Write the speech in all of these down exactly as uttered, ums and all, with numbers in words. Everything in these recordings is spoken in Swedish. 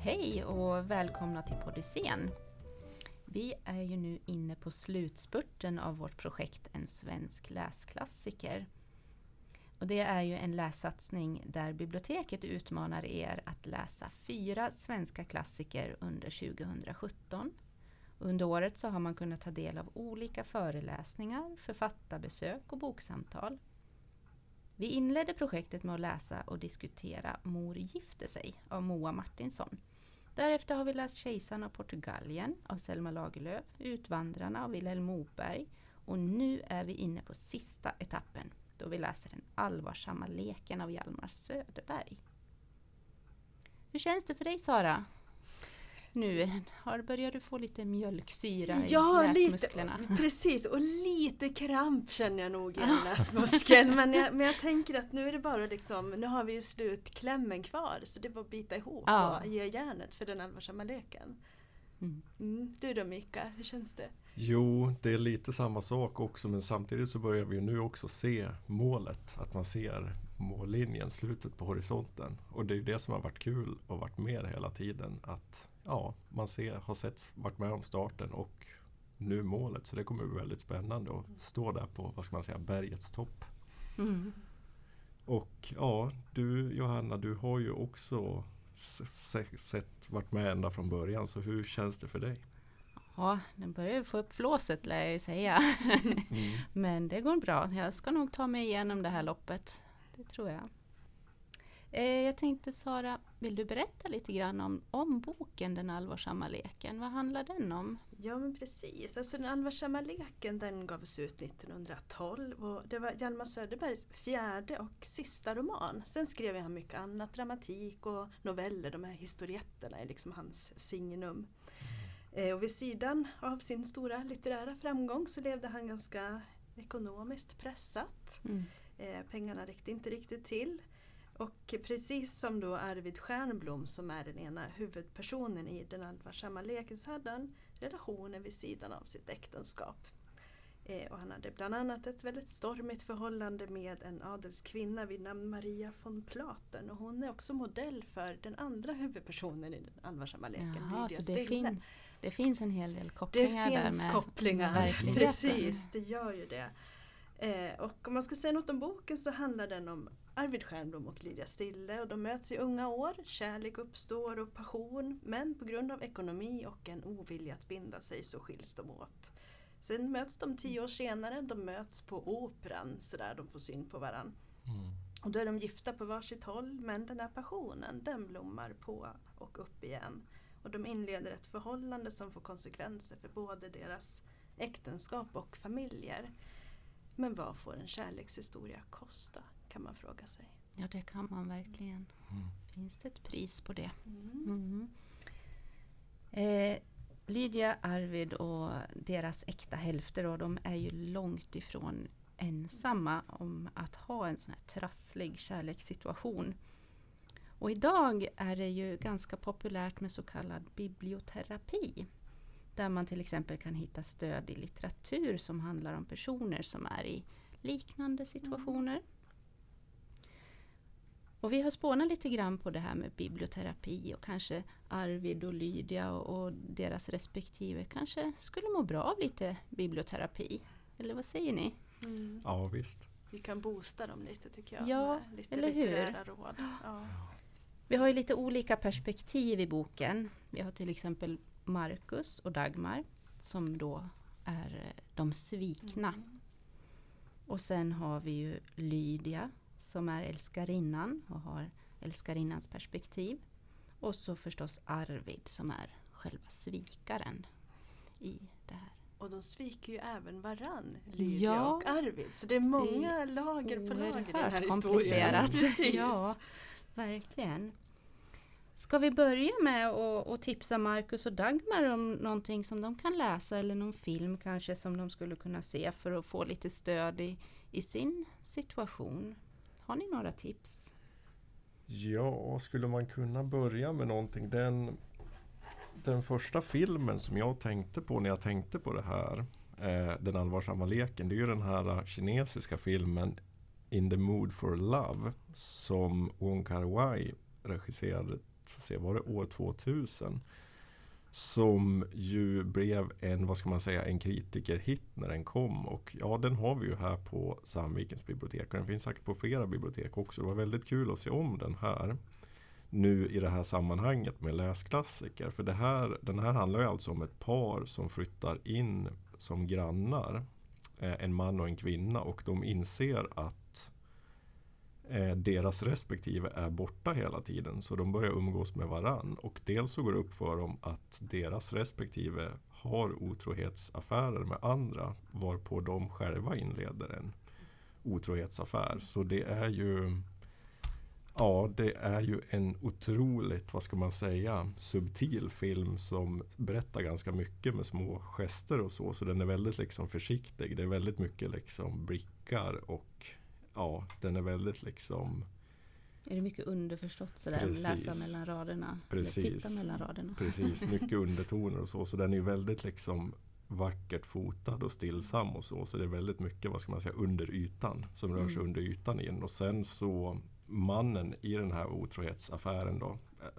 Hej och välkomna till Podyssén. Vi är ju nu inne på slutspurten av vårt projekt En svensk läsklassiker. Och det är ju en lässatsning där biblioteket utmanar er att läsa fyra svenska klassiker under tjugohundrasjutton. Under året så har man kunnat ta del av olika föreläsningar, författarbesök och boksamtal. Vi inledde projektet med att läsa och diskutera Mor gifte sig av Moa Martinsson. Därefter har vi läst Kejsaren av Portugalien av Selma Lagerlöf, Utvandrarna av Vilhelm Moberg och nu är vi inne på sista etappen då vi läser Den allvarsamma leken av Hjalmar Söderberg. Hur känns det för dig, Sara? Nu har börjar du få lite mjölksyra ja, i läsmusklerna. Lite, precis, och lite kramp känner jag nog i en läsmuskel. men, jag, men jag tänker att nu är det bara liksom, nu har vi ju slutklämmen kvar så det är bara att bita ihop ja. och ge järnet för Den allvarsamma leken. Mm. Mm. Du då, Mika, hur känns det? Jo, det är lite samma sak också, men samtidigt så börjar vi nu också se målet, att man ser mållinjen, slutet på horisonten. Och det är ju det som har varit kul och varit med hela tiden, att ja, man ser, har sett, varit med om starten och nu målet. Så det kommer bli väldigt spännande att stå där på, vad ska man säga, bergets topp. Mm. Och ja, du Johanna, du har ju också s- sett, varit med ända från början. Så hur känns det för dig? Ja, den börjar få upp flåset, lär jag ju säga. Mm. Men det går bra. Jag ska nog ta mig igenom det här loppet. Det tror jag. Jag tänkte, Sara, vill du berätta lite grann om, om boken Den allvarsamma leken? Vad handlar den om? Ja, men precis. Alltså, Den allvarsamma leken, den gavs ut nittonhundratolv och det var Hjalmar Söderbergs fjärde och sista roman. Sen skrev han mycket annat, dramatik och noveller. De här historietterna är liksom hans signum. Eh, och vid sidan av sin stora litterära framgång så levde han ganska ekonomiskt pressat. Mm. Eh, pengarna räckte inte riktigt till. Och precis som då Arvid Stjernblom, som är den ena huvudpersonen i Den allvarsamma leken, så hade han relationer vid sidan av sitt äktenskap. Eh, och han hade bland annat ett väldigt stormigt förhållande med en adelskvinna vid namn Maria von Platen. Och hon är också modell för den andra huvudpersonen i Den allvarsamma leken. Jaha, Lydia så det Stille. finns, det finns en hel del kopplingar det där finns med, kopplingar. med verkligheten. Precis, det gör ju det. Eh, och om man ska säga något om boken så handlar den om Arvid Stjernblom och Lydia Stille, och de möts i unga år, kärlek uppstår och passion, men på grund av ekonomi och en ovilja att binda sig så skiljs de åt. Sen möts de tio år senare, de möts på operan, så där de får syn på varann. Mm. Och då är de gifta på varsitt håll, men den där passionen, den blommar på och upp igen. Och de inleder ett förhållande som får konsekvenser för både deras äktenskap och familjer. Men vad får en kärlekshistoria kosta, kan man fråga sig. Ja, det kan man verkligen. Mm. Finns det ett pris på det? Mm. Mm. Eh, Lydia, Arvid och deras äkta hälfter, och de är ju långt ifrån ensamma om att ha en sån här trasslig kärlekssituation. Och idag är det ju ganska populärt med så kallad biblioterapi. Där man till exempel kan hitta stöd i litteratur som handlar om personer som är i liknande situationer. Mm. Och vi har spånat lite grann på det här med biblioterapi, och kanske Arvid och Lydia och, och deras respektive kanske skulle må bra av lite biblioterapi. Eller vad säger ni? Mm. Ja, visst. Vi kan boosta dem lite, tycker jag. Ja, lite eller litterära hur? Råd. Ja. Vi har ju lite olika perspektiv i boken. Vi har till exempel Marcus och Dagmar som då är de svikna. Mm. Och sen har vi ju Lydia som är älskarinnan och har älskarinnans perspektiv. Och så förstås Arvid som är själva svikaren i det här. Och de sviker ju även varann, Lydia ja, och Arvid. Så det är många det lager på lager i den här komplicerat. historien. Ja, verkligen. Ska vi börja med att, att tipsa Marcus och Dagmar om någonting som de kan läsa, eller någon film kanske som de skulle kunna se för att få lite stöd i, i sin situation? Har ni några tips? Ja, skulle man kunna börja med någonting? Den, den första filmen som jag tänkte på när jag tänkte på det här, eh, Den allvarsamma leken, det är ju den här kinesiska filmen In the Mood for Love som Wong Kar-wai regisserade får se, var det år tvåtusen, som ju blev en, vad ska man säga, en kritikerhit när den kom. Och ja, den har vi ju här på Sandvikens bibliotek. Och den finns säkert på flera bibliotek också. Det var väldigt kul att se om den här nu i det här sammanhanget med läsklassiker. För det här, den här handlar ju alltså om ett par som flyttar in som grannar. En man och en kvinna, och de inser att eh, deras respektive är borta hela tiden, så de börjar umgås med varann, och dels så går det upp för dem att deras respektive har otrohetsaffärer med andra, varpå de själva inleder en otrohetsaffär. Så det är ju ja, det är ju en otroligt, vad ska man säga, subtil film som berättar ganska mycket med små gester och så. Så den är väldigt liksom försiktig. Det är väldigt mycket liksom blickar, och ja, den är väldigt liksom... Är det mycket underförstått sådär? Precis. Läsa mellan raderna? Precis. Eller titta mellan raderna? Precis, mycket undertoner och så. Så den är ju väldigt liksom vackert fotad och stillsam och så. Så det är väldigt mycket, vad ska man säga, under ytan som rör sig Mm. under ytan in. Och sen så mannen i den här otrohetsaffären då, eh,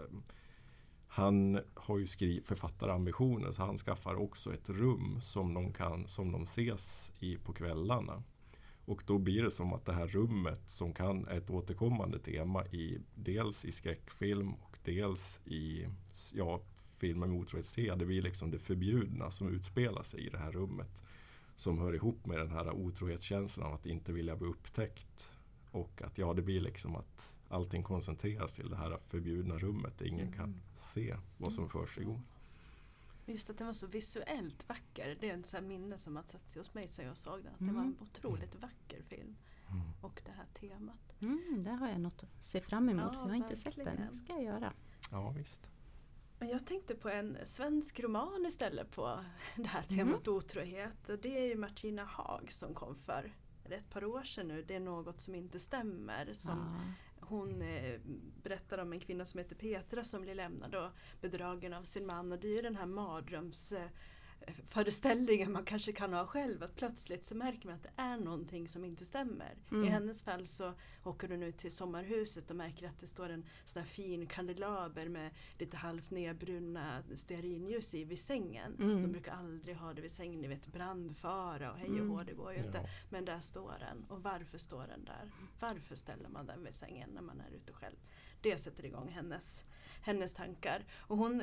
han har ju skriv, författarambitioner, så han skaffar också ett rum som de kan, som de ses i på kvällarna. Och då blir det som att det här rummet, som kan ett återkommande tema i dels i skräckfilm och dels i ja, filmer med otrohetstema, det blir liksom det förbjudna som utspelar sig i det här rummet, som hör ihop med den här otrohetskänslan av att inte vilja bli upptäckt. Och att ja, det blir liksom att allting koncentreras till det här förbjudna rummet där ingen mm. kan se vad som försiggår. Just att den var så visuellt vacker. Det är en sån här minne som har satt sig hos mig så jag såg den. Att Mm. det var en otroligt vacker film. Mm. Och det här temat. Mm, där har jag något att se fram emot. Ja, för jag har inte sett den. verkligen. Det ska jag göra. Ja, visst. Men jag tänkte på en svensk roman istället på det här temat mm. otrohet. Och det är ju Martina Haag som kom för ett par år sedan nu. Det är något som inte stämmer. Som Ja. Hon eh, berättar om en kvinna som heter Petra som blir lämnad och bedragen av sin man. Och det är ju den här mardröms eh, föreställningen man kanske kan ha själv. Att plötsligt så märker man att det är någonting som inte stämmer. Mm. I hennes fall så åker hon ut till sommarhuset och märker att det står en sån här fin kandelaber med lite halvt nedbrunna stearinljus i vid sängen. Mm. De brukar aldrig ha det vid sängen. Ni vet, brandfara och hej och Mm. hå, det går ju Ja. inte. Men där står den. Och varför står den där? Varför ställer man den vid sängen när man är ute själv? Det sätter igång hennes, hennes tankar. Och hon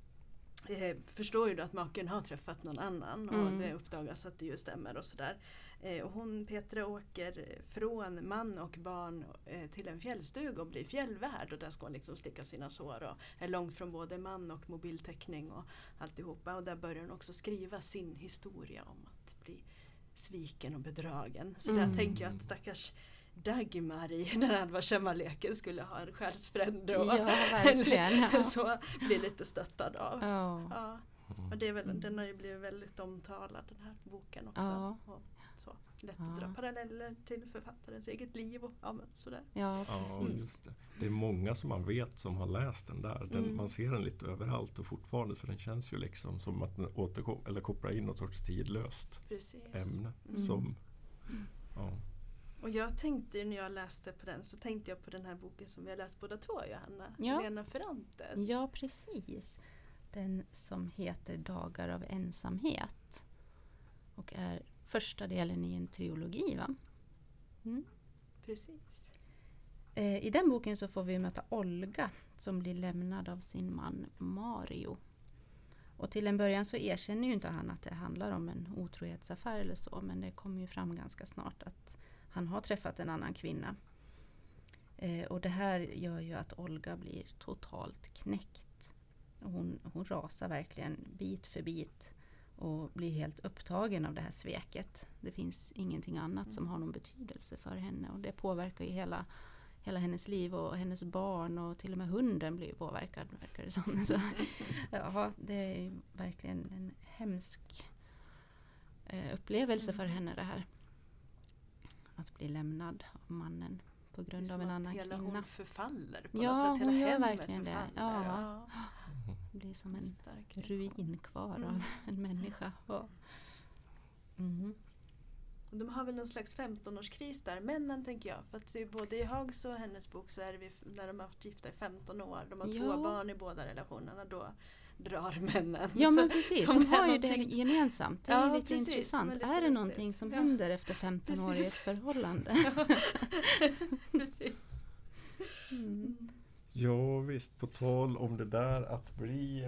eh, förstår ju då att maken har träffat någon annan. Och Mm. det uppdagas att det ju stämmer och sådär. Eh, och hon, Petra, åker från man och barn eh, till en fjällstuga och blir fjällvärd. Och där ska hon liksom slicka sina sår och är långt från både man och mobiltäckning och alltihopa. Och där börjar hon också skriva sin historia om att bli sviken och bedragen. Så Mm. där tänker jag att stackars Dagmar i den här Alva-Tjemma-leken skulle ha en själsfrände och Ja, verkligen. Ja. så blir lite stöttad av. Ja. Ja. Och det är väl, den har ju blivit väldigt omtalad, den här boken också. Ja. Och så lätt Ja. att dra paralleller till författarens eget liv och ja, men sådär. Ja, Ja, precis. just det. Det är många som man vet som har läst den där. Den, Mm. Man ser den lite överallt och fortfarande, så den känns ju liksom som att den återko- eller kopplar in något sorts tidlöst Precis. ämne. Mm. Som, ja. Och jag tänkte ju när jag läste på den så tänkte jag på den här boken som vi har läst båda två, Johanna. Ja. Helena Ferrantes. Ja, precis. Den som heter Dagar av ensamhet. Och är första delen i en trilogi, va? Mm. Precis. Eh, I den boken så får vi möta Olga som blir lämnad av sin man Mario. Och till en början så erkänner ju inte han att det handlar om en otrohetsaffär eller så. Men det kommer ju fram ganska snart att han har träffat en annan kvinna. Eh, och det här gör ju att Olga blir totalt knäckt. Och hon, hon rasar verkligen bit för bit och blir helt upptagen av det här sveket. Det finns ingenting annat som har någon betydelse för henne. Och det påverkar ju hela, hela hennes liv och hennes barn, och till och med hunden blir ju påverkad, verkar det som. Så, ja, det är ju verkligen en hemsk eh, upplevelse för henne det här. Att bli lämnad av mannen på Det är grund som av en att annan hela kvinna. hon förfaller på Ja, något sätt. Hela hon gör hemmet verkligen det. förfaller. Ja. Det blir som en Stark. ruin kvar Mm. av en människa. Ja. Mm. De har väl någon slags femtonårskris där, männen tänker jag. För att det är både i Hags och hennes bok så är det när de har varit gifta i femton år. De har Ja. två barn i båda relationerna, då drar männen. Ja men Så precis, de de har har ju någonting- det gemensamt. Det är Ja, lite precis, det intressant. var lite är det lustigt. någonting som Ja. händer efter femton år i ett Precis. förhållande? Precis. Mm. Ja visst, på tal om det där att bli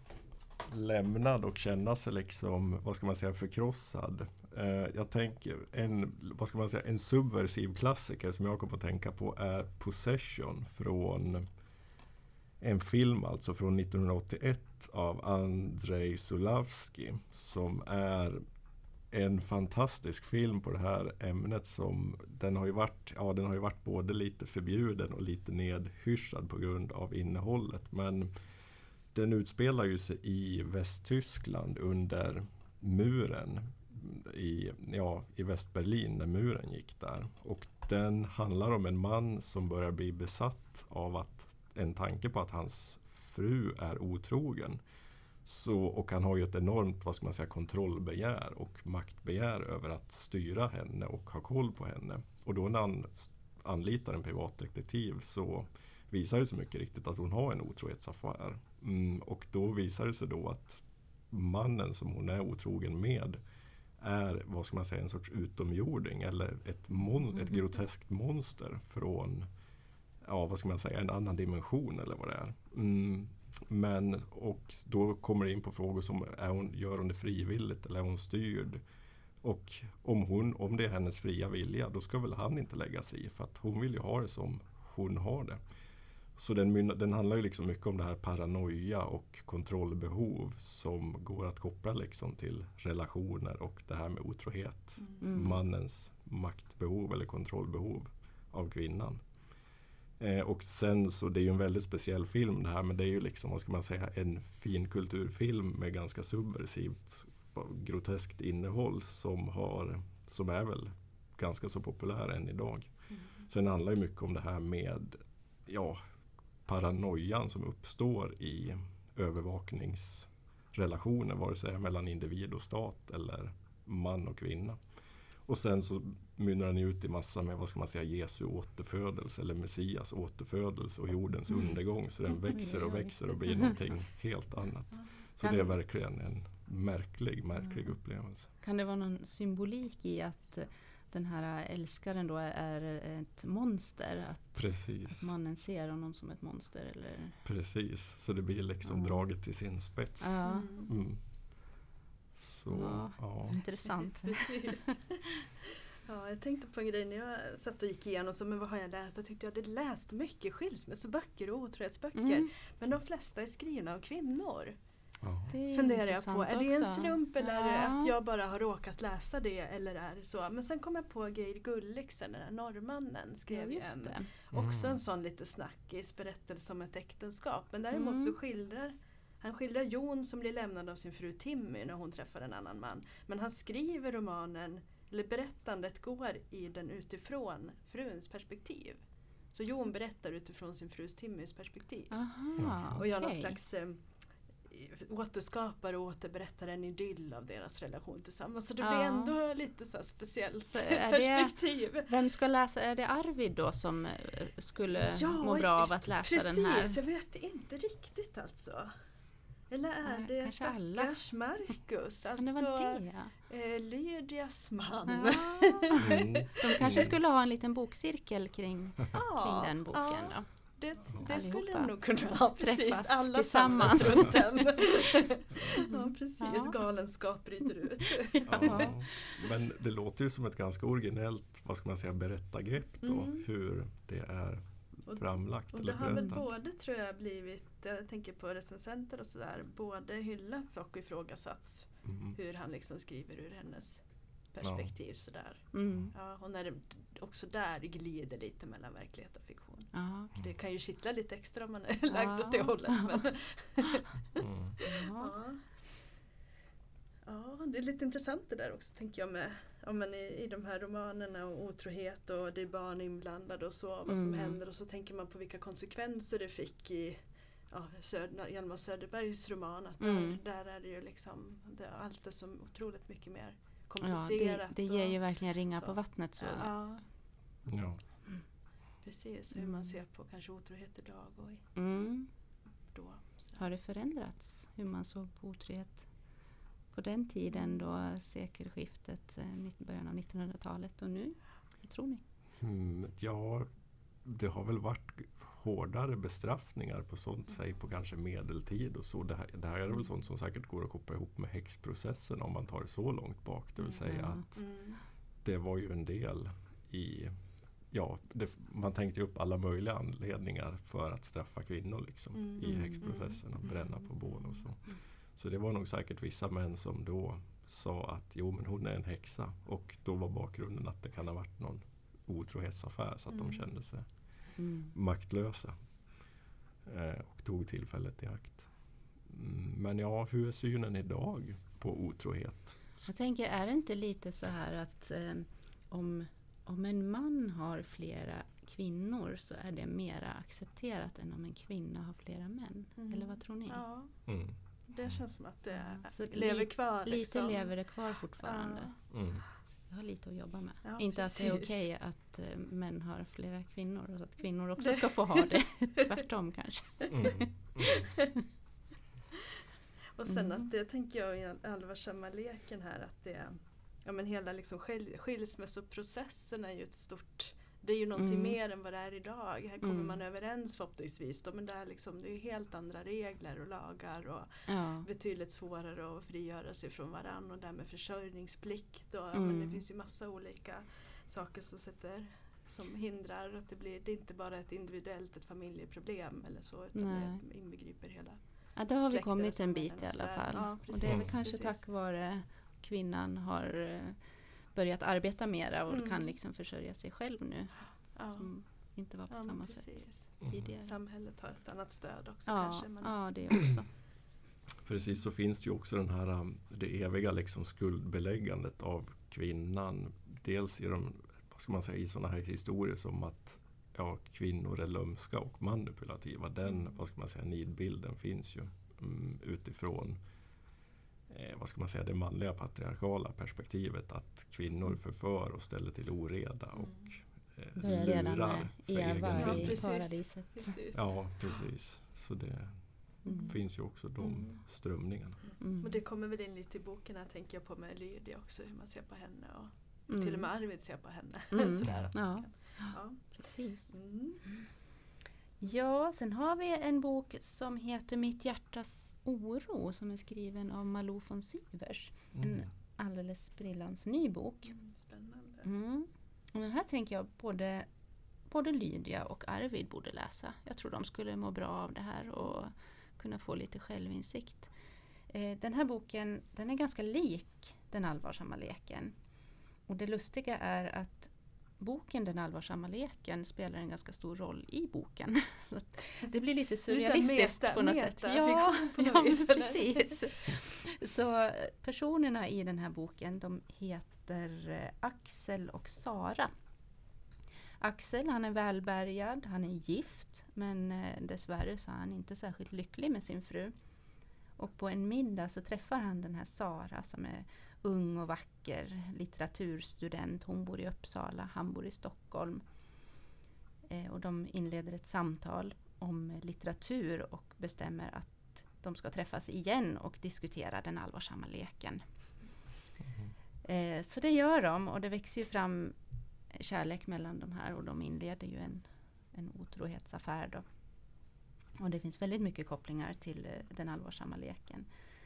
lämnad och känna sig liksom, vad ska man säga, förkrossad. Eh, jag tänker en, vad ska man säga, en subversiv klassiker som jag kommer att tänka på är Possession från en film alltså från nittonhundraåttioett av Andrzej Zulawski, som är en fantastisk film på det här ämnet. Som den har ju varit, ja, den har ju varit både lite förbjuden och lite nedhyschad på grund av innehållet, men den utspelar ju sig i Västtyskland under muren i, ja, i Västberlin när muren gick där, och den handlar om en man som börjar bli besatt av att en tanke på att hans fru är otrogen. Så, och han har ju ett enormt, vad ska man säga, kontrollbegär och maktbegär över att styra henne och ha koll på henne. Och då när han anlitar en privatdetektiv så visar det sig mycket riktigt att hon har en otrohetsaffär. Mm, och då visar det sig då att mannen som hon är otrogen med är, vad ska man säga, en sorts utomjording eller ett, mon- ett groteskt monster från, ja, vad ska man säga, en annan dimension eller vad det är. Mm. Men, och då kommer det in på frågor som, är hon, gör hon det frivilligt eller är hon styrd? Och om, hon, om det är hennes fria vilja, då ska väl han inte lägga sig i, för att hon vill ju ha det som hon har det. Så den, den handlar ju liksom mycket om det här paranoia och kontrollbehov som går att koppla liksom till relationer och det här med otrohet. Mm. Mannens maktbehov eller kontrollbehov av kvinnan. Eh, och sen så, det är ju en väldigt speciell film det här, men det är ju liksom, vad ska man säga, en fin kulturfilm med ganska subversivt, groteskt innehåll som, har, som är väl ganska så populär än idag. Mm. Så den handlar ju mycket om det här med, ja, paranoian som uppstår i övervakningsrelationer, vare sig mellan individ och stat eller man och kvinna. Och sen så mynnar den ut i massa med, vad ska man säga, Jesu återfödelse eller Messias återfödelse och jordens Mm. undergång. Så den växer och Oj, oj. växer och blir någonting helt annat. Så Kan- det är verkligen en märklig, märklig Mm. upplevelse. Kan det vara någon symbolik i att den här älskaren då är ett monster? Att Precis, mannen ser honom som ett monster? Eller? precis. Så det blir liksom Ja. draget till sin spets. Ja, Mm. Mm. Så, Ja. ja. intressant. Precis. Ja, jag tänkte på en grej när jag satt och gick igenom, så, men vad har jag läst? Jag tyckte jag hade läst mycket skilsmässoböcker och otrohetsböcker. Mm. Men de flesta är skrivna av kvinnor. Ja. Det är Funderar jag intressant på. Är det en också. slump eller är det Ja. att jag bara har råkat läsa det, eller är det så? Men sen kom jag på Geir Gulliksen, den här norrmannen, Ja, skrev just en, det. också Mm. en sån lite snackis berättelse om ett äktenskap. Men däremot Mm. så skildrar han skildrar Jon som blir lämnad av sin fru Timmy när hon träffar en annan man. Men han skriver romanen, eller berättandet går i den utifrån fruns perspektiv. Så Jon berättar utifrån sin frus Timmys perspektiv. Aha, Och gör någon okej. slags eh, återskapar och återberättar en idyll av deras relation tillsammans. Så det Ja. blir ändå lite så här speciellt Så är det- perspektiv. Vem ska läsa? Är det Arvid då som eh, skulle må bra av att läsa precis, den här? jag vet inte riktigt alltså. Eller är Nej, det kanske alla. stackars Marcus, Kan det vara alltså det? eh, Lydias man. Ja. Mm. De kanske skulle ha en liten bokcirkel kring, Ja, kring den boken ja, då. det, det Allihopa. skulle de nog kunna ha. Precis, Träffas alla tillsammans. samlas runt den. Ja, precis. Ja. Galenskap bryter ut. Ja. Men det låter ju som ett ganska originellt, vad ska man säga, berättargrepp då, Mm. hur det är framlagt Och det eller har väl berättat. både, tror jag, blivit, jag tänker på recensenter och sådär, både hyllats och ifrågasatts Mm. hur han liksom skriver ur hennes perspektiv sådär. Mm. Ja, och när det också där glider lite mellan verklighet och fiktion. Ja, Det kan ju kittla lite extra om man är lagd åt det Ja. hållet. Men, Mm. ja. ja. Ja, det är lite intressant det där också, tänker jag, med ja, men i, i de här romanerna och otrohet och det är barn inblandade och så, vad som Mm. händer, och så tänker man på vilka konsekvenser det fick i ja, Söder, Hjalmar Söderbergs roman, att där, Mm. där är det ju liksom, det, allt är så otroligt mycket mer komplicerat. Ja, det, det ger ju och, verkligen ringar så. på vattnet. Så. Ja, Ja. precis. Hur man ser på kanske otrohet idag och i, Mm. då. Så. Har det förändrats hur man såg på otrohet på den tiden då, sekelskiftet, eh, början av nittonhundratalet och nu? Vad tror ni? Mm, ja, det har väl varit hårdare bestraffningar på sånt, säg på kanske medeltid och så. Det här, det här är väl sånt som säkert går att koppla ihop med häxprocessen om man tar det så långt bak. Det vill säga Mm. att Mm. det var ju en del i, ja, det, man tänkte upp alla möjliga anledningar för att straffa kvinnor liksom, Mm. i häxprocessen och Mm. bränna på bål och så. Mm. Så det var nog säkert vissa män som då sa att jo, men hon är en häxa, och då var bakgrunden att det kan ha varit någon otrohetsaffär så att Mm. de kände sig Mm. maktlösa eh, och tog tillfället i akt. Mm, men ja, hur är synen idag på otrohet? Jag tänker, är det inte lite så här att eh, om, om en man har flera kvinnor så är det mera accepterat än om en kvinna har flera män? Mm. Eller vad tror ni? Ja, Mm. det känns som att det Så lever li- kvar. Lite Liksom. lever det kvar fortfarande. Ja. Mm. Jag har lite att jobba med. Ja, inte att det är precis. okej att eh, män har flera kvinnor och att kvinnor också ska få ha det. Tvärtom kanske. Mm. Mm. Och sen Mm. att det tänker jag i all- allvarsamma leken här att det ja men hela liksom skil- skilsmässoprocessen är ju ett stort, det är ju någonting Mm. mer än vad det är idag. Här kommer Mm. man överens förhoppningsvis då, men det är liksom, det är ju helt andra regler och lagar och Ja. betydligt svårare att frigöra sig från varann och därmed försörjningsplikt och ja, men Mm. det finns ju massa olika saker som sätter som hindrar att det blir, det är inte bara ett individuellt, ett familjeproblem eller så, utan Nej. det inbegriper hela. Ja, då har vi släkter kommit en och bit i samhällen och alla sådär. fall. Ja, och precis. det är väl Mm. kanske Precis. tack vare kvinnan har eh, börjat arbeta mera och Mm. kan liksom försörja sig själv nu. Ja. Som inte var på Ja, men samma sätt precis. tidigare. Samhället har ett annat stöd också Ja, kanske. Men, ja, det också. Precis, så finns det ju också den här, um, det eviga liksom skuldbeläggandet av kvinnan. Dels i, de, vad ska man säga, i sådana här historier som att ja, kvinnor är lömska och manipulativa. Den, vad ska man säga, nidbilden finns ju um, utifrån eh, vad ska man säga, det manliga patriarkala perspektivet, att kvinnor förför och ställer till oreda och eh, Börjar redan lurar med för Eva egen Ja, i vinning. precis. paradiset. precis. Ja, precis. Så det Mm. finns ju också de Mm. strömningarna. Mm. Och det kommer väl in lite i boken här, tänker jag på med Lydia också, hur man ser på henne och Mm. till och med Arvid ser på henne. Mm. Sådär, att man Ja. kan- ja. Precis. Mm. Ja, sen har vi en bok som heter Mitt hjärtas oro som är skriven av Malou von Sivers. En alldeles brillans ny bok. Mm, spännande. Mm. Och den här tänker jag både, både Lydia och Arvid borde läsa. Jag tror de skulle må bra av det här och kunna få lite självinsikt. Eh, den här boken, den är ganska lik Den allvarsamma leken. Och det lustiga är att boken Den allvarsamma leken spelar en ganska stor roll i boken. Så att det blir lite surrealistiskt meta- på något meta- sätt. Ja, fiktion på något ja vis, men eller? precis. Så personerna i den här boken, de heter eh, Axel och Sara. Axel, han är välbärgad, han är gift, men eh, dessvärre så är han inte särskilt lycklig med sin fru. Och på en middag så träffar han den här Sara som är ung och vacker, litteraturstudent. Hon bor i Uppsala, han bor i Stockholm. Eh, och de inleder ett samtal om litteratur och bestämmer att de ska träffas igen och diskutera Den allvarsamma leken. Eh, så det gör de och det växer ju fram kärlek mellan de här och de inleder ju en, en otrohetsaffär då. Och det finns väldigt mycket kopplingar till eh, Den allvarsamma leken.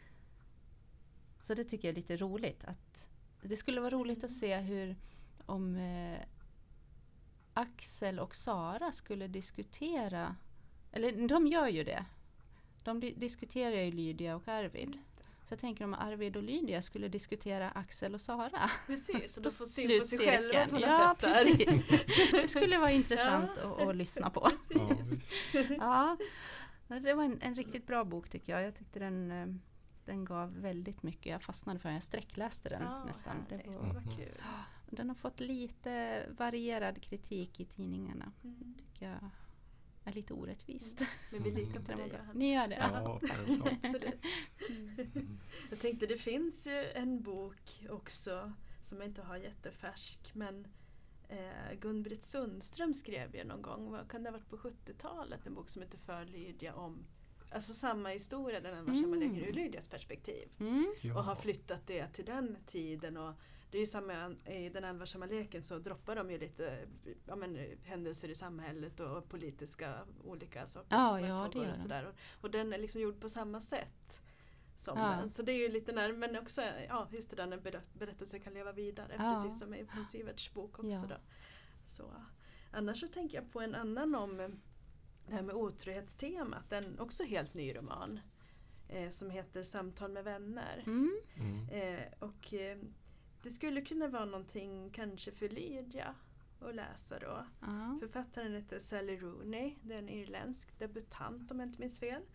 Så det tycker jag är lite roligt. Att det skulle vara roligt att se hur om eh, Axel och Sara skulle diskutera, eller de gör ju det. De di- diskuterar ju Lydia och Arvid. Just det. Så jag tänker om Arvid och Lydia skulle diskutera Axel och Sara. Precis, och Då de får syn på sig slutcirkeln. själva på något Ja, sätt där. precis. Det skulle vara intressant att, att lyssna på. Ja, Precis. visst. Ja, det var en, en riktigt bra bok tycker jag. Jag tyckte den, eh, den gav väldigt mycket. Jag fastnade för den, jag sträckläste den Ja, nästan. Det härligt. var, Det var kul. den har fått lite varierad kritik i tidningarna. Mm. Tycker jag. är lite orättvist. Men vi litar på dig, Johanna. Ni gör det? Ja, det är så. Absolut. Jag tänkte, det finns ju en bok också som jag inte har jättefärsk, men eh, Gun-Britt Sundström skrev ju någon gång, vad kan det ha varit på sjuttiotalet, en bok som heter För Lydia om alltså samma historia, den här mm. leken ur Lydias perspektiv. Mm. Ja. Och har flyttat det till den tiden. Och det är ju samma i den allvarsamma leken, så droppar de ju lite ja, men, händelser i samhället och politiska olika saker. Ja, som ja, det gör och, sådär. och, och den är liksom gjord på samma sätt som ja. den. Så det är ju lite när, men också ja, just det där när berätt, berättelser kan leva vidare. Ja. Precis som i von Siverts bok också. Ja. Då. Så, annars så tänker jag på en annan om det här med otrohetstemat, en också helt ny roman eh, som heter Samtal med vänner. Mm. Mm. Eh, och eh, det skulle kunna vara någonting kanske för Lydia att läsa då. Ja. Författaren heter Sally Rooney, det är en irländsk debutant om jag inte minns fel.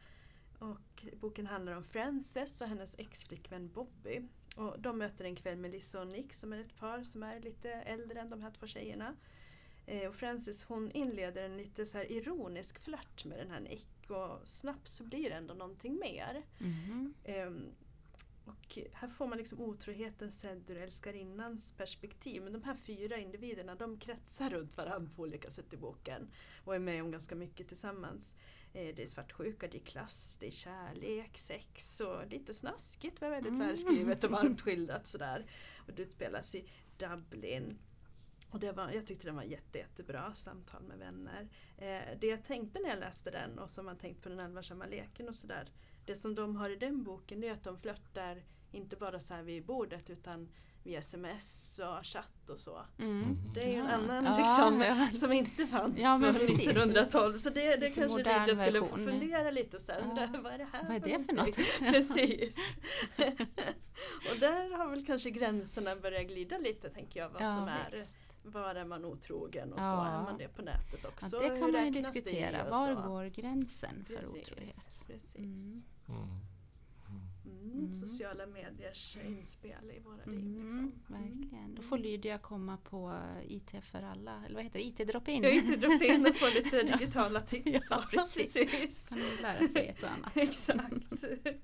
Och boken handlar om Frances och hennes ex-flickvän Bobby. Och de möter en kväll Melissa och Nick som är ett par som är lite äldre än de här två tjejerna. Och Frances, hon inleder en lite så här ironisk flört med den här Nick, och snabbt så blir det ändå någonting mer. Mm. Um, och här får man liksom otroheten sedd ur älskarinnans perspektiv, men de här fyra individerna, de kretsar runt varandra på olika sätt i boken och är med om ganska mycket tillsammans. Eh, det är svartsjuka, det är klass, det är kärlek, sex och lite snaskigt, var väldigt Mm. välskrivet och varmt skildrat sådär. Och det utspelas i Dublin. Och det var, jag tyckte den var jätte, jättebra, Samtal med vänner. Eh, det jag tänkte när jag läste den, och som man tänkt på den allvarsamma leken och sådär, det som de har i den boken, det är att de flörtar inte bara så här vid bordet utan via sms och chatt och så. Mm. Det är ju en Ja. annan Ja, liksom, ja. som inte fanns Ja, men på precis. nittonhundratolv. Så det, det Lite kanske modern Lydia skulle få version. fundera lite så här, Ja. undra, vad är det här Vad är det för någonting? något? Precis. Och där har väl kanske gränserna börjat glida lite, tänker jag, vad Ja, som är. visst. Var är man otrogen och Ja. så är man det på nätet också. Ja, det Hur kan man ju räknas det diskutera. och Var så? går gränsen för Precis, otrohet? precis. Mm. Mm. Mm, Mm. sociala mediers inspel i våra liv. Mm, Liksom. verkligen. Då får Lydia komma på I T för alla, eller vad heter det? I T-drop-in. Jag gick till drop in och få lite digitala tips. Ja, precis. precis. Kan du lära sig ett och annat. Exakt.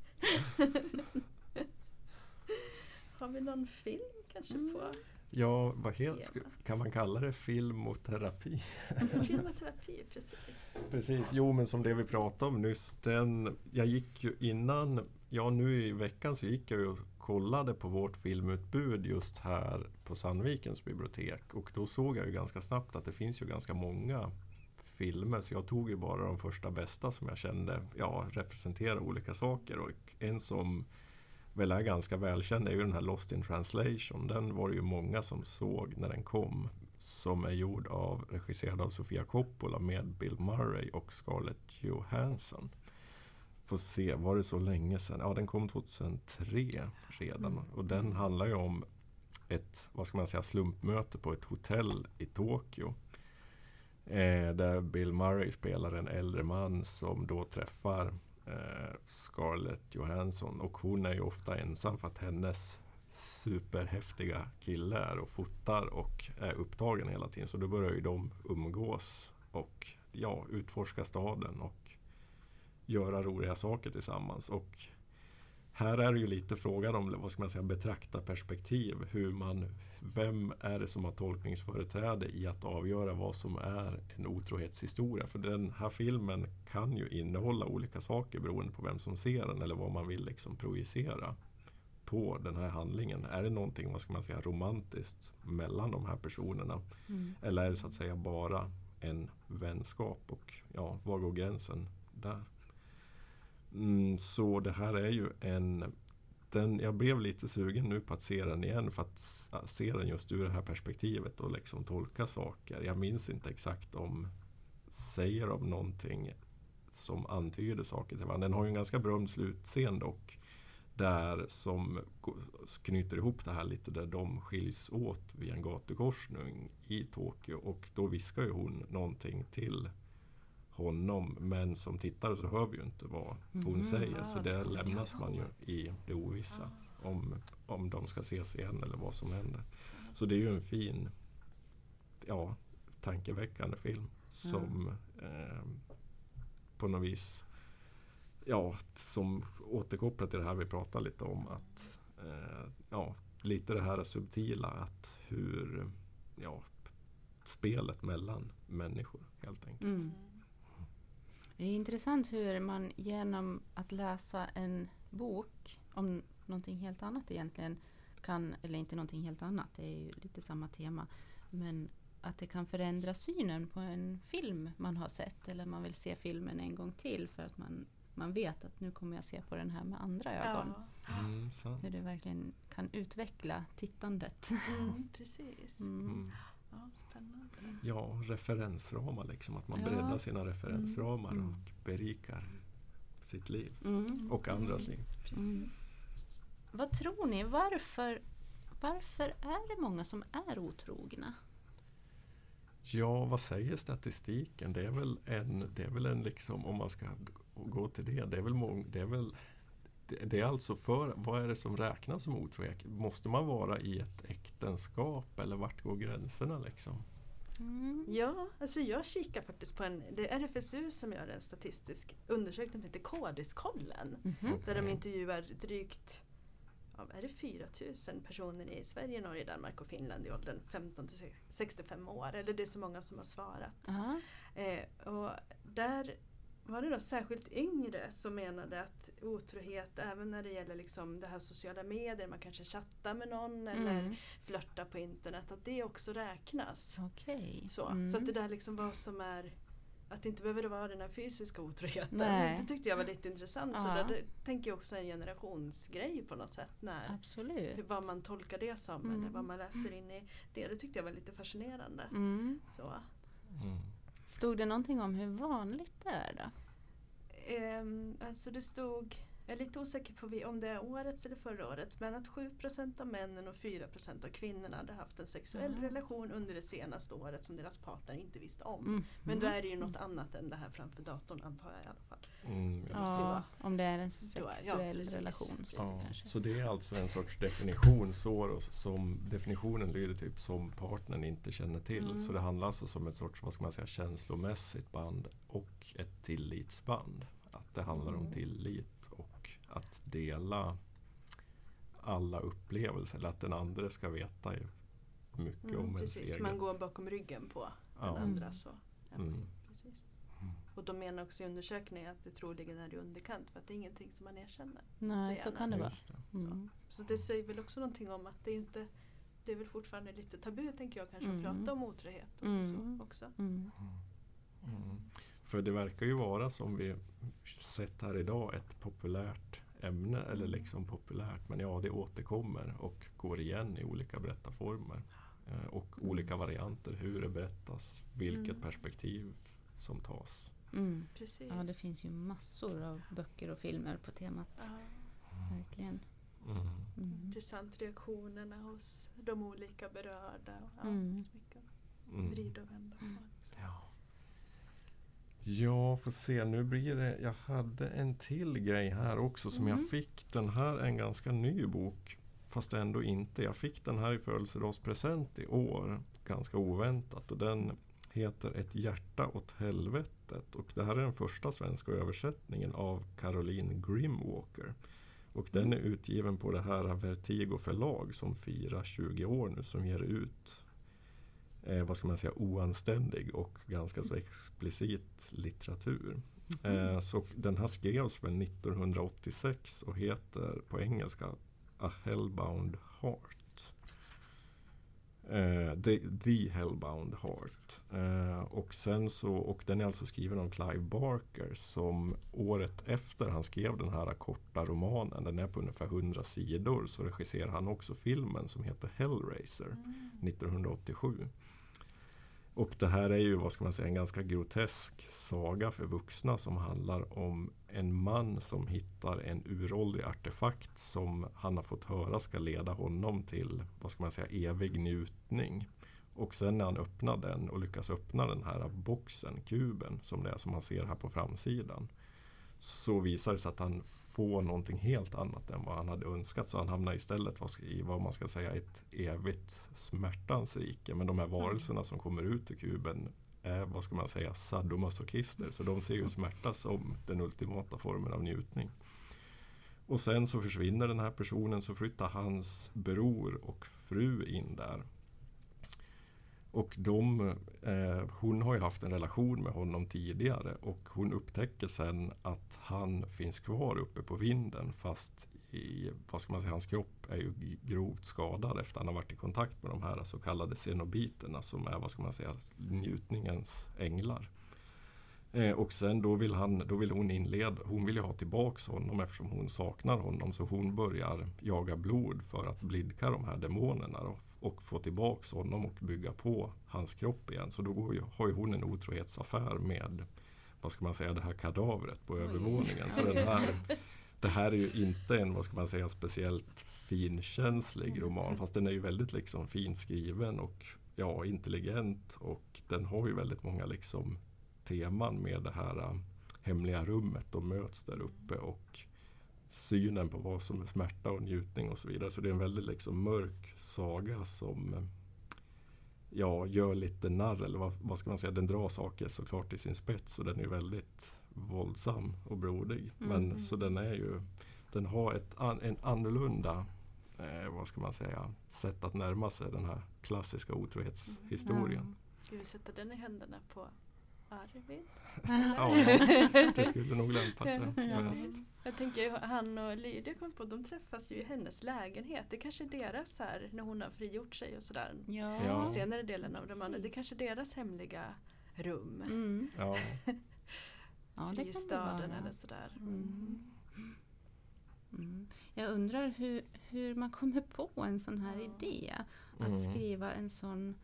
Har vi någon film kanske Mm. på Ja, vad helt, Temat. kan man kalla det film och terapi? film och terapi? Precis. Precis, jo men som det vi pratade om nyss, den, jag gick ju innan, ja nu i veckan så gick jag ju och kollade på vårt filmutbud just här på Sandvikens bibliotek, och då såg jag ju ganska snabbt att det finns ju ganska många filmer, så jag tog ju bara de första bästa som jag kände ja, representerar olika saker, och en som väl är ganska välkänd är ju den här Lost in Translation. Den var det ju många som såg när den kom, som är gjord av, regisserad av Sofia Coppola med Bill Murray och Scarlett Johansson. Får se, var det så länge sedan? Ja, den kom tjugohundratre redan. Mm. Och den handlar ju om ett, vad ska man säga, slumpmöte på ett hotell i Tokyo. Eh, där Bill Murray spelar en äldre man som då träffar eh, Scarlett Johansson. Och hon är ju ofta ensam för att hennes superhäftiga kille är och fotar och är upptagen hela tiden. Så då börjar ju de umgås och ja, utforska staden och göra roliga saker tillsammans. Och här är det ju lite frågan om, vad ska man säga, betraktarperspektiv. Hur man, vem är det som har tolkningsföreträde i att avgöra vad som är en otrohetshistoria? För den här filmen kan ju innehålla olika saker beroende på vem som ser den eller vad man vill liksom projicera på den här handlingen. Är det någonting, vad ska man säga, romantiskt mellan de här personerna? Mm. Eller är det så att säga bara en vänskap? Och ja, var går gränsen där? Mm, så det här är ju en... Den, jag blev lite sugen nu på att se den igen för att ja, se den just ur det här perspektivet och liksom tolka saker. Jag minns inte exakt om säger om någonting som antyder saker till varandra. Den har ju en ganska berömd slutscen dock, där som knyter ihop det här lite, där de skiljs åt vid en gatukorsning i Tokyo, och då viskar ju hon någonting till honom, men som tittare så hör vi ju inte vad hon Mm, säger, ja, så det det kommer jag lämnas ihåg. man ju i det ovissa Ah. om, om de ska ses igen eller vad som händer. Så det är ju en fin, ja, tankeväckande film som eh, på något vis, ja, som återkopplar till det här vi pratade lite om, att eh, ja, lite det här subtila, att hur, ja, spelet mellan människor helt enkelt. Mm. Det är intressant hur man genom att läsa en bok om någonting helt annat egentligen kan, eller inte någonting helt annat, det är ju lite samma tema, men att det kan förändra synen på en film man har sett, eller man vill se filmen en gång till för att man, man vet att nu kommer jag se på den här med andra ögon. Ja. Mm, sant. Hur det verkligen kan utveckla tittandet. Mm, precis. Mm. Mm. Ja, spännande. Ja, referensramar liksom, att man Ja. breddar sina referensramar Mm. och berikar sitt liv Mm. och andras liv. Precis, precis. Mm. Vad tror ni? Varför, varför är det många som är otrogna? Ja, vad säger statistiken? Det är väl en, det är väl en liksom, om man ska gå till det, det är väl, mång, det är väl det, det är alltså för, vad är det som räknas som otrohet? Måste man vara i ett äktenskap eller vart går gränserna liksom? Mm. Ja, alltså jag kikar faktiskt på en, det är R F S U som gör en statistisk undersökning som heter Kodiskollen. Mhm. Där de intervjuar drygt, ja, är det fyra tusen personer i Sverige, Norge, Danmark och Finland i åldern femton till sextiofem år. Eller det är så många som har svarat. Ja. Eh, och där var det då särskilt yngre som menade att otrohet, även när det gäller liksom det här sociala medier, man kanske chattar med någon eller Mm. flörtar på internet, att det också räknas. Okej. Så, Mm. så att det där liksom vad som är, att det inte behöver vara den här fysiska otroheten. Nej. Det tyckte jag var lite intressant. Så Ja. där, det tänker jag också är en generationsgrej på något sätt. När, Absolut. hur- vad man tolkar det som Mm. eller vad man läser in i det. Det tyckte jag var lite fascinerande. Mm. Så. Mm. Stod det någonting om hur vanligt det är då? Ehm, alltså det stod, jag är lite osäker på vi- om det är årets eller förra året, men att sju procent av männen och fyra procent av kvinnorna hade haft en sexuell Mm. relation under det senaste året som deras partner inte visste om. Mm. Men då är det ju något annat än det här framför datorn, antar jag i alla fall. Mm, just det. Ja, om det är en Då är- ja, sexuell precis. relation. Så Ja, kanske. så det är alltså en sorts definition så, som definitionen lyder typ som partnern inte känner till. Mm. Så det handlar alltså som ett sorts, vad ska man säga, känslomässigt band och ett tillitsband. Att det handlar om Mm. tillit och att dela alla upplevelser, eller att den andra ska veta mycket Mm, om ens precis, eget. man går bakom ryggen på Ja. den andra. Så. Ja, Mm. precis. Mm. Och de menar också i undersökningen att det troligen är i underkant för att det är ingenting som man erkänner. Nej, så så gärna. kan det vara. Just det. Mm. Så det säger väl också någonting om att det är inte, det är väl fortfarande lite tabu, tänker jag, kanske Mm. att prata om otrohet och Mm. så också. Mm. Mm. För det verkar ju vara, som vi sett här idag, ett populärt ämne, eller liksom populärt, men ja, det återkommer och går igen i olika berättarformer eh, och Mm. olika varianter, hur det berättas, vilket Mm. perspektiv som tas. Mm. Precis. Ja, det finns ju massor av böcker och filmer på temat. Ja, Verkligen. Mm. Mm. intressant reaktionerna hos de olika berörda. Och, ja, Mm. så mycket Mm. vrida och vända på. Mm. Ja. Ja, får se. Nu blir det... Jag hade en till grej här också som Mm. jag fick. Den här är en ganska ny bok, fast ändå inte. Jag fick den här i födelsedagspresent i år, ganska oväntat. Och den heter Ett hjärta åt helvetet. Och det här är den första svenska översättningen av Caroline Grimwalker. Och den är utgiven på det här Vertigo förlag som firar tjugo år nu, som ger ut Eh, vad ska man säga, oanständig och ganska så explicit litteratur. Eh, så den här skrevs väl nittonhundraåttiosex och heter på engelska A Hellbound Heart. Eh, the, the Hellbound Heart. Eh, och, sen så, och den är alltså skriven av Clive Barker, som året efter han skrev den här korta romanen, den är på ungefär hundra sidor, så regisserar han också filmen som heter Hellraiser Mm. nittonhundraåttiosju. Och det här är ju, vad ska man säga, en ganska grotesk saga för vuxna som handlar om en man som hittar en uråldrig artefakt som han har fått höra ska leda honom till, vad ska man säga, evig njutning. Och sen när han öppnar den och lyckas öppna den här boxen, kuben, som det är som man ser här på framsidan, så visar det sig att han får någonting helt annat än vad han hade önskat. Så han hamnar istället i vad man ska säga ett evigt smärtans rike. Men de här varelserna som kommer ut ur kuben är, vad ska man säga, sadomasochister. Så de ser ju smärta som den ultimata formen av njutning. Och sen så försvinner den här personen, så flyttar hans bror och fru in där. Och de, eh, hon har ju haft en relation med honom tidigare och hon upptäcker sen att han finns kvar uppe på vinden fast i, vad ska man säga, hans kropp är ju grovt skadad efter att han har varit i kontakt med de här så kallade cenobiterna som är, vad ska man säga, njutningens änglar. Eh, och sen då vill, han, då vill hon inleda, hon vill ju ha tillbaks honom eftersom hon saknar honom, så hon börjar jaga blod för att blidka de här demonerna då, och få tillbaks honom och bygga på hans kropp igen. Så då går ju, har ju hon en otrohetsaffär med, vad ska man säga, det här kadavret på Oj. övervåningen. Så den här, det här är ju inte en, vad ska man säga, speciellt finkänslig roman, fast den är ju väldigt liksom fint skriven och ja, intelligent, och den har ju väldigt många liksom teman med det här äh, hemliga rummet. De möts där uppe och synen på vad som är smärta och njutning och så vidare. Så det är en väldigt liksom mörk saga som ja, gör lite narr, eller vad, vad ska man säga, den drar saker såklart i sin spets, och den är väldigt våldsam och blodig. Men mm. så den är ju, den har ett an, en annorlunda eh, vad ska man säga, sätt att närma sig den här klassiska otrohetshistorien. Mm. Ska vi sätta den i händerna på Arvid? Ja, det skulle nog lämpa sig. Ja, ja. Jag tänker, han och Lydia kom på, de träffas ju i hennes lägenhet. Det kanske är deras här, när hon har frigjort sig och sådär. Ja. Ja. Senare delen av romanen, det är kanske deras hemliga rum. Mm. Ja. Ja, det Fristaden eller sådär. Mm. Mm. Jag undrar hur, hur man kommer på en sån här ja. idé. Att Mm. skriva en sån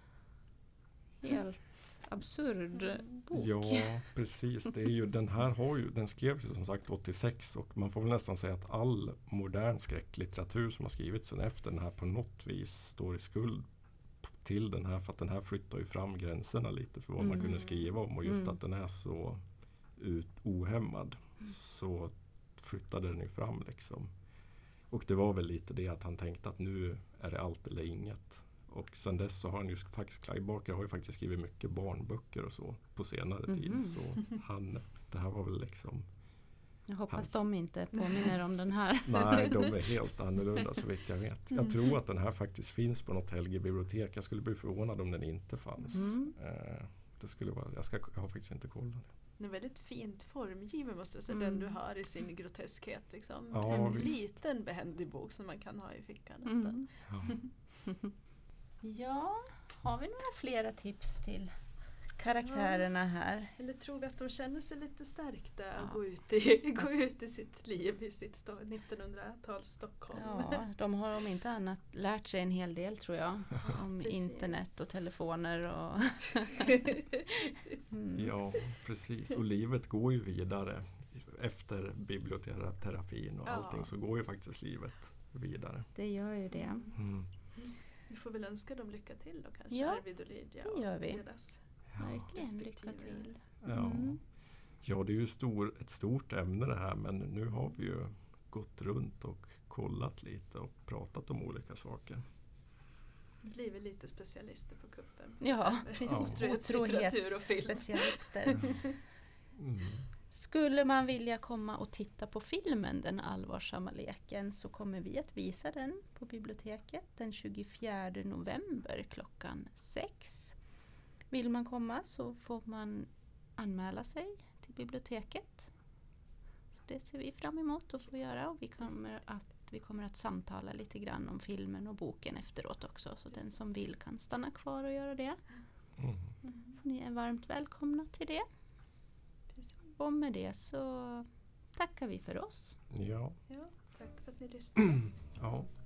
helt absurd bok. Ja, precis. Det är ju, den här har ju, den skrevs ju som sagt åttiosex, och man får väl nästan säga att all modern skräcklitteratur som har skrivits sen efter den här på något vis står i skuld till den här, för att den här flyttar ju fram gränserna lite för vad mm. man kunde skriva om, och just mm. att den är så ut, ohämmad mm. så flyttade den ju fram liksom. Och det var väl lite det att han tänkte att nu är det allt eller inget. Och sen dess så har han ju faktiskt, Clive Barker har ju faktiskt skrivit mycket barnböcker och så på senare mm-hmm. tid. Så han, det här var väl liksom... Jag hoppas hans... de inte påminner om den här. Nej, de är helt annorlunda så vitt jag vet. Jag tror att den här faktiskt finns på något Helge-bibliotek. Jag skulle bli förvånad om den inte fanns. Mm. Eh, det skulle vara, jag, ska, jag har faktiskt inte kollat. Den är väldigt fint formgiven, måste jag säga, mm. den du har i sin groteskhet. Liksom. Ja, en visst. liten behändig bok som man kan ha i fickan nästan. Mm. Ja. Ja, har vi några flera tips till karaktärerna här? Eller tror vi att de känner sig lite stärkta ja. och gå ut, i, gå ut i sitt liv i sitt stå, nittonhundratals Stockholm? Ja, de har om inte annat lärt sig en hel del, tror jag, om precis. internet och telefoner. Och mm. Ja, precis. Och livet går ju vidare. Efter biblioterapin och ja. allting så går ju faktiskt livet vidare. Det gör ju det. Mm. Vi får väl önska dem lycka till då kanske, ja, Arvid och Lydia. Det gör vi. Och deras verkligen lycka till. Ja. Mm. ja, det är ju stor, ett stort ämne det här, men nu har vi ju gått runt och kollat lite och pratat om olika saker. Blir vi lite specialister på kuppen. Ja, precis. Ja. Otrohetsspecialister. mm. Skulle man vilja komma och titta på filmen Den allvarsamma leken, så kommer vi att visa den på biblioteket den tjugofjärde november klockan sex. Vill man komma så får man anmäla sig till biblioteket. Så det ser vi fram emot att få göra, och vi kommer att, vi kommer att samtala lite grann om filmen och boken efteråt också, så den som vill kan stanna kvar och göra det. Mm. Så ni är varmt välkomna till det. Och med det så tackar vi för oss. Ja. Ja, tack för att ni lyssnade. Ja.